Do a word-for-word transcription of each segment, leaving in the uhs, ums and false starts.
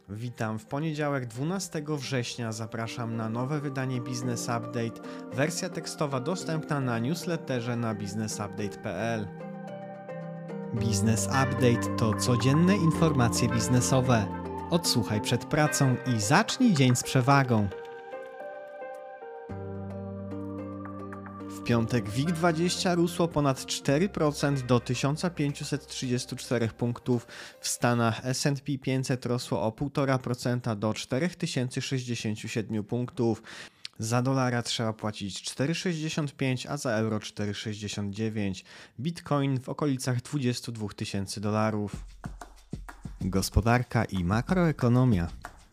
Witam, w poniedziałek dwunastego września zapraszam na nowe wydanie Business Update, wersja tekstowa dostępna na newsletterze na business update kropka p l. Business Update to codzienne informacje biznesowe. Odsłuchaj przed pracą i zacznij dzień z przewagą. W piątek WIG dwadzieścia rósło ponad cztery procent do tysiąc pięćset trzydzieści cztery punktów, w Stanach S and P pięćset rosło o pół procent do cztery tysiące sześćdziesiąt siedem punktów. Za dolara trzeba płacić cztery sześćdziesiąt pięć, a za euro cztery sześćdziesiąt dziewięć. Bitcoin w okolicach dwadzieścia dwa tysięcy dolarów. Gospodarka i makroekonomia.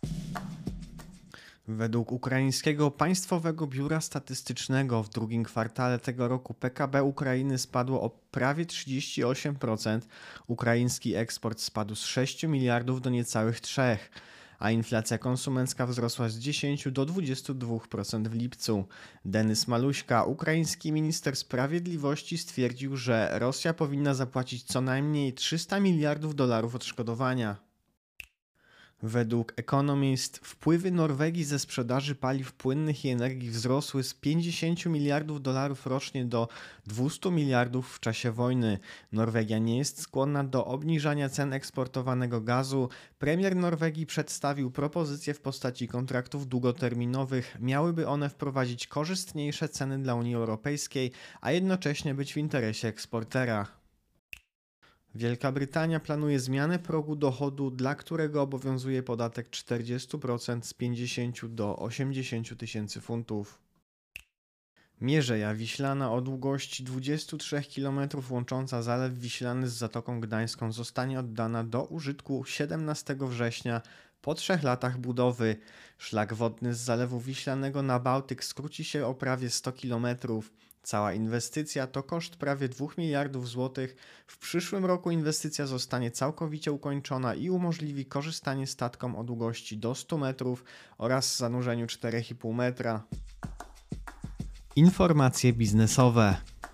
Według ukraińskiego Państwowego Biura Statystycznego w drugim kwartale tego roku P K B Ukrainy spadło o prawie trzydzieści osiem procent, ukraiński eksport spadł z sześciu miliardów do niecałych trzech, a inflacja konsumencka wzrosła z dziesięć do dwudziestu dwóch procent w lipcu. Denys Maluśka, ukraiński minister sprawiedliwości, stwierdził, że Rosja powinna zapłacić co najmniej trzysta miliardów dolarów odszkodowania. Według Economist wpływy Norwegii ze sprzedaży paliw płynnych i energii wzrosły z pięćdziesięciu miliardów dolarów rocznie do dwustu miliardów w czasie wojny. Norwegia nie jest skłonna do obniżania cen eksportowanego gazu. Premier Norwegii przedstawił propozycje w postaci kontraktów długoterminowych. Miałyby one wprowadzić korzystniejsze ceny dla Unii Europejskiej, a jednocześnie być w interesie eksportera. Wielka Brytania planuje zmianę progu dochodu, dla którego obowiązuje podatek czterdzieści procent z pięćdziesięciu do osiemdziesięciu tysięcy funtów. Mierzeja Wiślana o długości dwudziestu trzech kilometrów łącząca Zalew Wiślany z Zatoką Gdańską zostanie oddana do użytku siedemnastego września po trzech latach budowy. Szlak wodny z Zalewu Wiślanego na Bałtyk skróci się o prawie sto kilometrów. Cała inwestycja to koszt prawie dwóch miliardów złotych. W przyszłym roku inwestycja zostanie całkowicie ukończona i umożliwi korzystanie statkom o długości do stu metrów oraz zanurzeniu czterech i pół metra. Informacje biznesowe.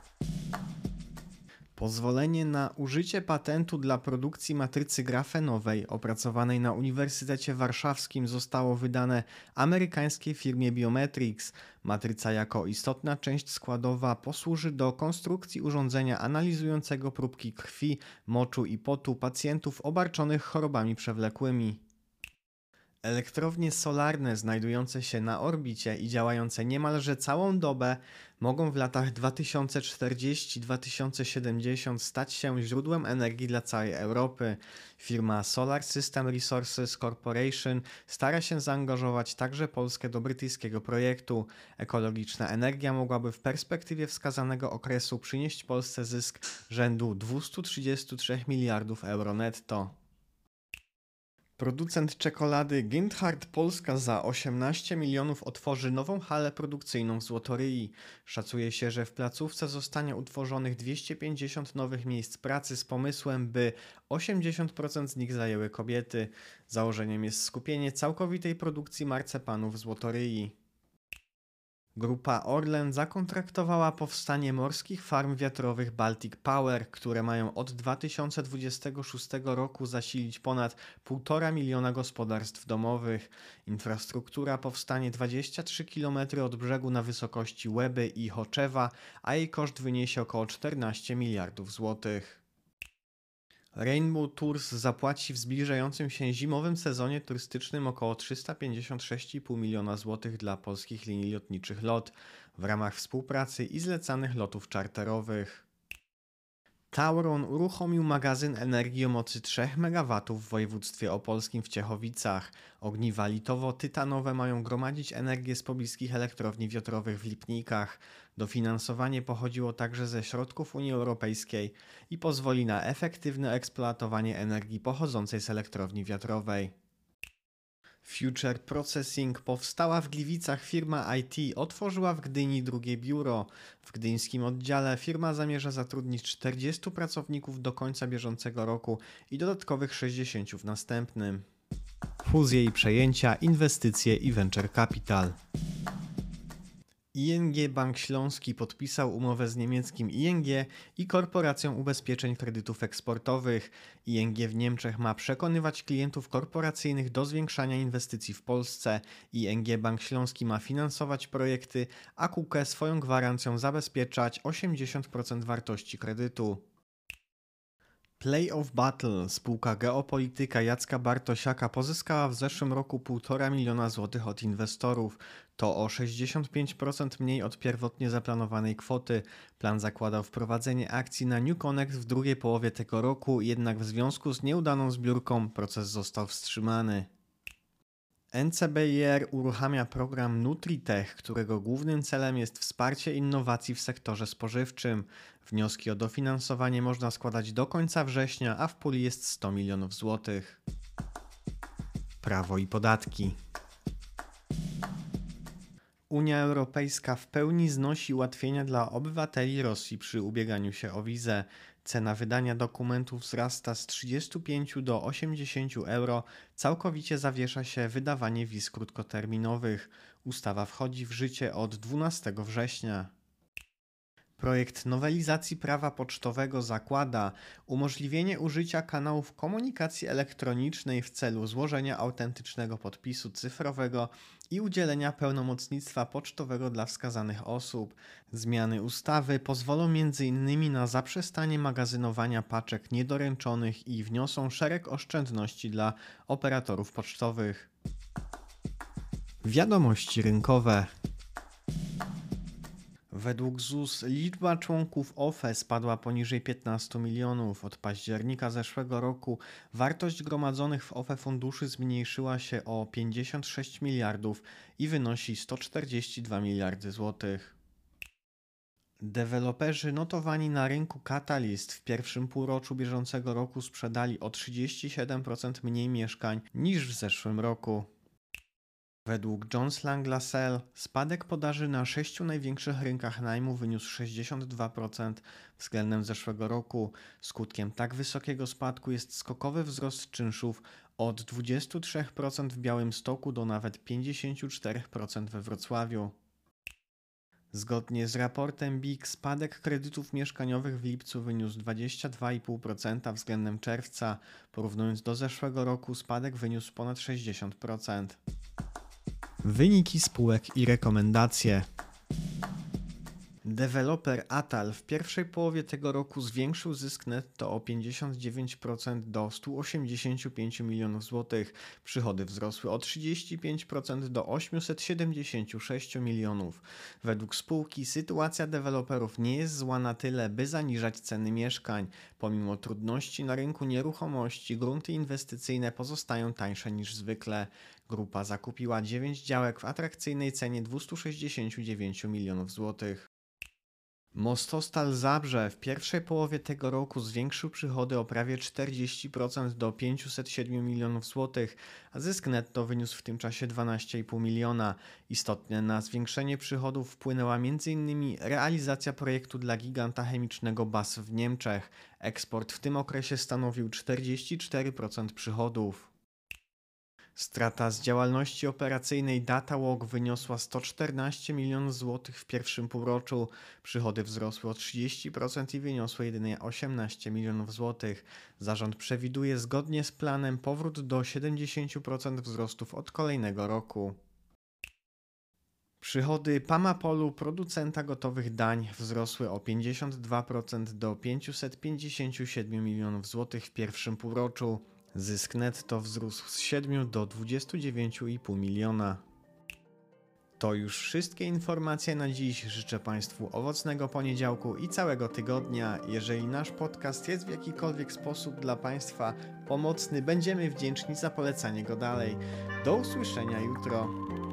Pozwolenie na użycie patentu dla produkcji matrycy grafenowej opracowanej na Uniwersytecie Warszawskim zostało wydane amerykańskiej firmie Biometrics. Matryca jako istotna część składowa posłuży do konstrukcji urządzenia analizującego próbki krwi, moczu i potu pacjentów obarczonych chorobami przewlekłymi. Elektrownie solarne znajdujące się na orbicie i działające niemalże całą dobę mogą w latach dwa tysiące czterdziestym do dwa tysiące siedemdziesiątego stać się źródłem energii dla całej Europy. Firma Solar System Resources Corporation stara się zaangażować także Polskę do brytyjskiego projektu. Ekologiczna energia mogłaby w perspektywie wskazanego okresu przynieść Polsce zysk rzędu dwieście trzydzieści trzy miliardów euro netto. Producent czekolady Ginthard Polska za osiemnaście milionów otworzy nową halę produkcyjną w Złotoryi. Szacuje się, że w placówce zostanie utworzonych dwieście pięćdziesiąt nowych miejsc pracy z pomysłem, by osiemdziesiąt procent z nich zajęły kobiety. Założeniem jest skupienie całkowitej produkcji marcepanów w Złotoryi. Grupa Orlen zakontraktowała powstanie morskich farm wiatrowych Baltic Power, które mają od dwa tysiące dwudziestego szóstego roku zasilić ponad półtora miliona gospodarstw domowych. Infrastruktura powstanie dwadzieścia trzy kilometry od brzegu na wysokości Łeby i Choczewa, a jej koszt wyniesie około czternaście miliardów złotych. Rainbow Tours zapłaci w zbliżającym się zimowym sezonie turystycznym około trzysta pięćdziesiąt sześć i pół miliona złotych dla polskich linii lotniczych L O T w ramach współpracy i zlecanych lotów czarterowych. Tauron uruchomił magazyn energii o mocy trzech megawatów w województwie opolskim w Ciechowicach. Ogniwa litowo-tytanowe mają gromadzić energię z pobliskich elektrowni wiatrowych w Lipnikach. Dofinansowanie pochodziło także ze środków Unii Europejskiej i pozwoli na efektywne eksploatowanie energii pochodzącej z elektrowni wiatrowej. Future Processing powstała w Gliwicach firma I T otworzyła w Gdyni drugie biuro. W gdyńskim oddziale firma zamierza zatrudnić czterdziestu pracowników do końca bieżącego roku i dodatkowych sześćdziesięciu w następnym. Fuzje i przejęcia, inwestycje i venture capital. I N G Bank Śląski podpisał umowę z niemieckim I N G i Korporacją Ubezpieczeń Kredytów Eksportowych. I N G w Niemczech ma przekonywać klientów korporacyjnych do zwiększania inwestycji w Polsce. I N G Bank Śląski ma finansować projekty, a K U K E swoją gwarancją zabezpieczać osiemdziesiąt procent wartości kredytu. Play of Battle, spółka Geopolityka Jacka Bartosiaka, pozyskała w zeszłym roku półtora miliona złotych od inwestorów. To o sześćdziesiąt pięć procent mniej od pierwotnie zaplanowanej kwoty. Plan zakładał wprowadzenie akcji na New Connect w drugiej połowie tego roku, jednak w związku z nieudaną zbiórką proces został wstrzymany. N C B I R uruchamia program Nutritech, którego głównym celem jest wsparcie innowacji w sektorze spożywczym. Wnioski o dofinansowanie można składać do końca września, a w puli jest sto milionów złotych. Prawo i podatki. Unia Europejska w pełni znosi ułatwienia dla obywateli Rosji przy ubieganiu się o wizę. Cena wydania dokumentów wzrasta z trzydziestu pięciu do osiemdziesięciu euro. Całkowicie zawiesza się wydawanie wiz krótkoterminowych. Ustawa wchodzi w życie od dwunastego września. Projekt nowelizacji prawa pocztowego zakłada umożliwienie użycia kanałów komunikacji elektronicznej w celu złożenia autentycznego podpisu cyfrowego i udzielenia pełnomocnictwa pocztowego dla wskazanych osób. Zmiany ustawy pozwolą między innymi na zaprzestanie magazynowania paczek niedoręczonych i wniosą szereg oszczędności dla operatorów pocztowych. Wiadomości rynkowe. Według Z U S liczba członków O F E spadła poniżej piętnastu milionów. Od października zeszłego roku wartość gromadzonych w O F E funduszy zmniejszyła się o pięćdziesiąt sześć miliardów i wynosi sto czterdzieści dwa miliardy złotych. Deweloperzy notowani na rynku Catalyst w pierwszym półroczu bieżącego roku sprzedali o trzydzieści siedem procent mniej mieszkań niż w zeszłym roku. Według Jones Lang LaSalle spadek podaży na sześciu największych rynkach najmu wyniósł sześćdziesiąt dwa procent względem zeszłego roku. Skutkiem tak wysokiego spadku jest skokowy wzrost czynszów od dwudziestu trzech procent w Białymstoku do nawet pięćdziesięciu czterech procent we Wrocławiu. Zgodnie z raportem B I K spadek kredytów mieszkaniowych w lipcu wyniósł dwadzieścia dwa i pół procent względem czerwca. Porównując do zeszłego roku spadek wyniósł ponad sześćdziesiąt procent. Wyniki spółek i rekomendacje. Deweloper Atal w pierwszej połowie tego roku zwiększył zysk netto o pięćdziesiąt dziewięć procent do stu osiemdziesięciu pięciu milionów złotych. Przychody wzrosły o trzydzieści pięć procent do osiemset siedemdziesięciu sześciu milionów. Według spółki sytuacja deweloperów nie jest zła na tyle, by zaniżać ceny mieszkań. Pomimo trudności na rynku nieruchomości, grunty inwestycyjne pozostają tańsze niż zwykle. Grupa zakupiła dziewięć działek w atrakcyjnej cenie dwieście sześćdziesiąt dziewięć milionów złotych. Mostostal Zabrze w pierwszej połowie tego roku zwiększył przychody o prawie czterdzieści procent do pięciuset siedmiu milionów złotych, a zysk netto wyniósł w tym czasie dwanaście i pół miliona. Istotnie na zwiększenie przychodów wpłynęła między innymi realizacja projektu dla giganta chemicznego B A S F w Niemczech. Eksport w tym okresie stanowił czterdzieści cztery procent przychodów. Strata z działalności operacyjnej Datawalk wyniosła sto czternaście milionów złotych w pierwszym półroczu. Przychody wzrosły o trzydzieści procent i wyniosły jedynie osiemnaście milionów złotych. Zarząd przewiduje zgodnie z planem powrót do siedemdziesięciu procent wzrostów od kolejnego roku. Przychody Pamapolu, producenta gotowych dań, wzrosły o pięćdziesiąt dwa procent do pięciuset pięćdziesięciu siedmiu milionów złotych w pierwszym półroczu. Zysk netto wzrósł z siedmiu do dwudziestu dziewięciu i pół miliona. To już wszystkie informacje na dziś. Życzę Państwu owocnego poniedziałku i całego tygodnia. Jeżeli nasz podcast jest w jakikolwiek sposób dla Państwa pomocny, będziemy wdzięczni za polecanie go dalej. Do usłyszenia jutro.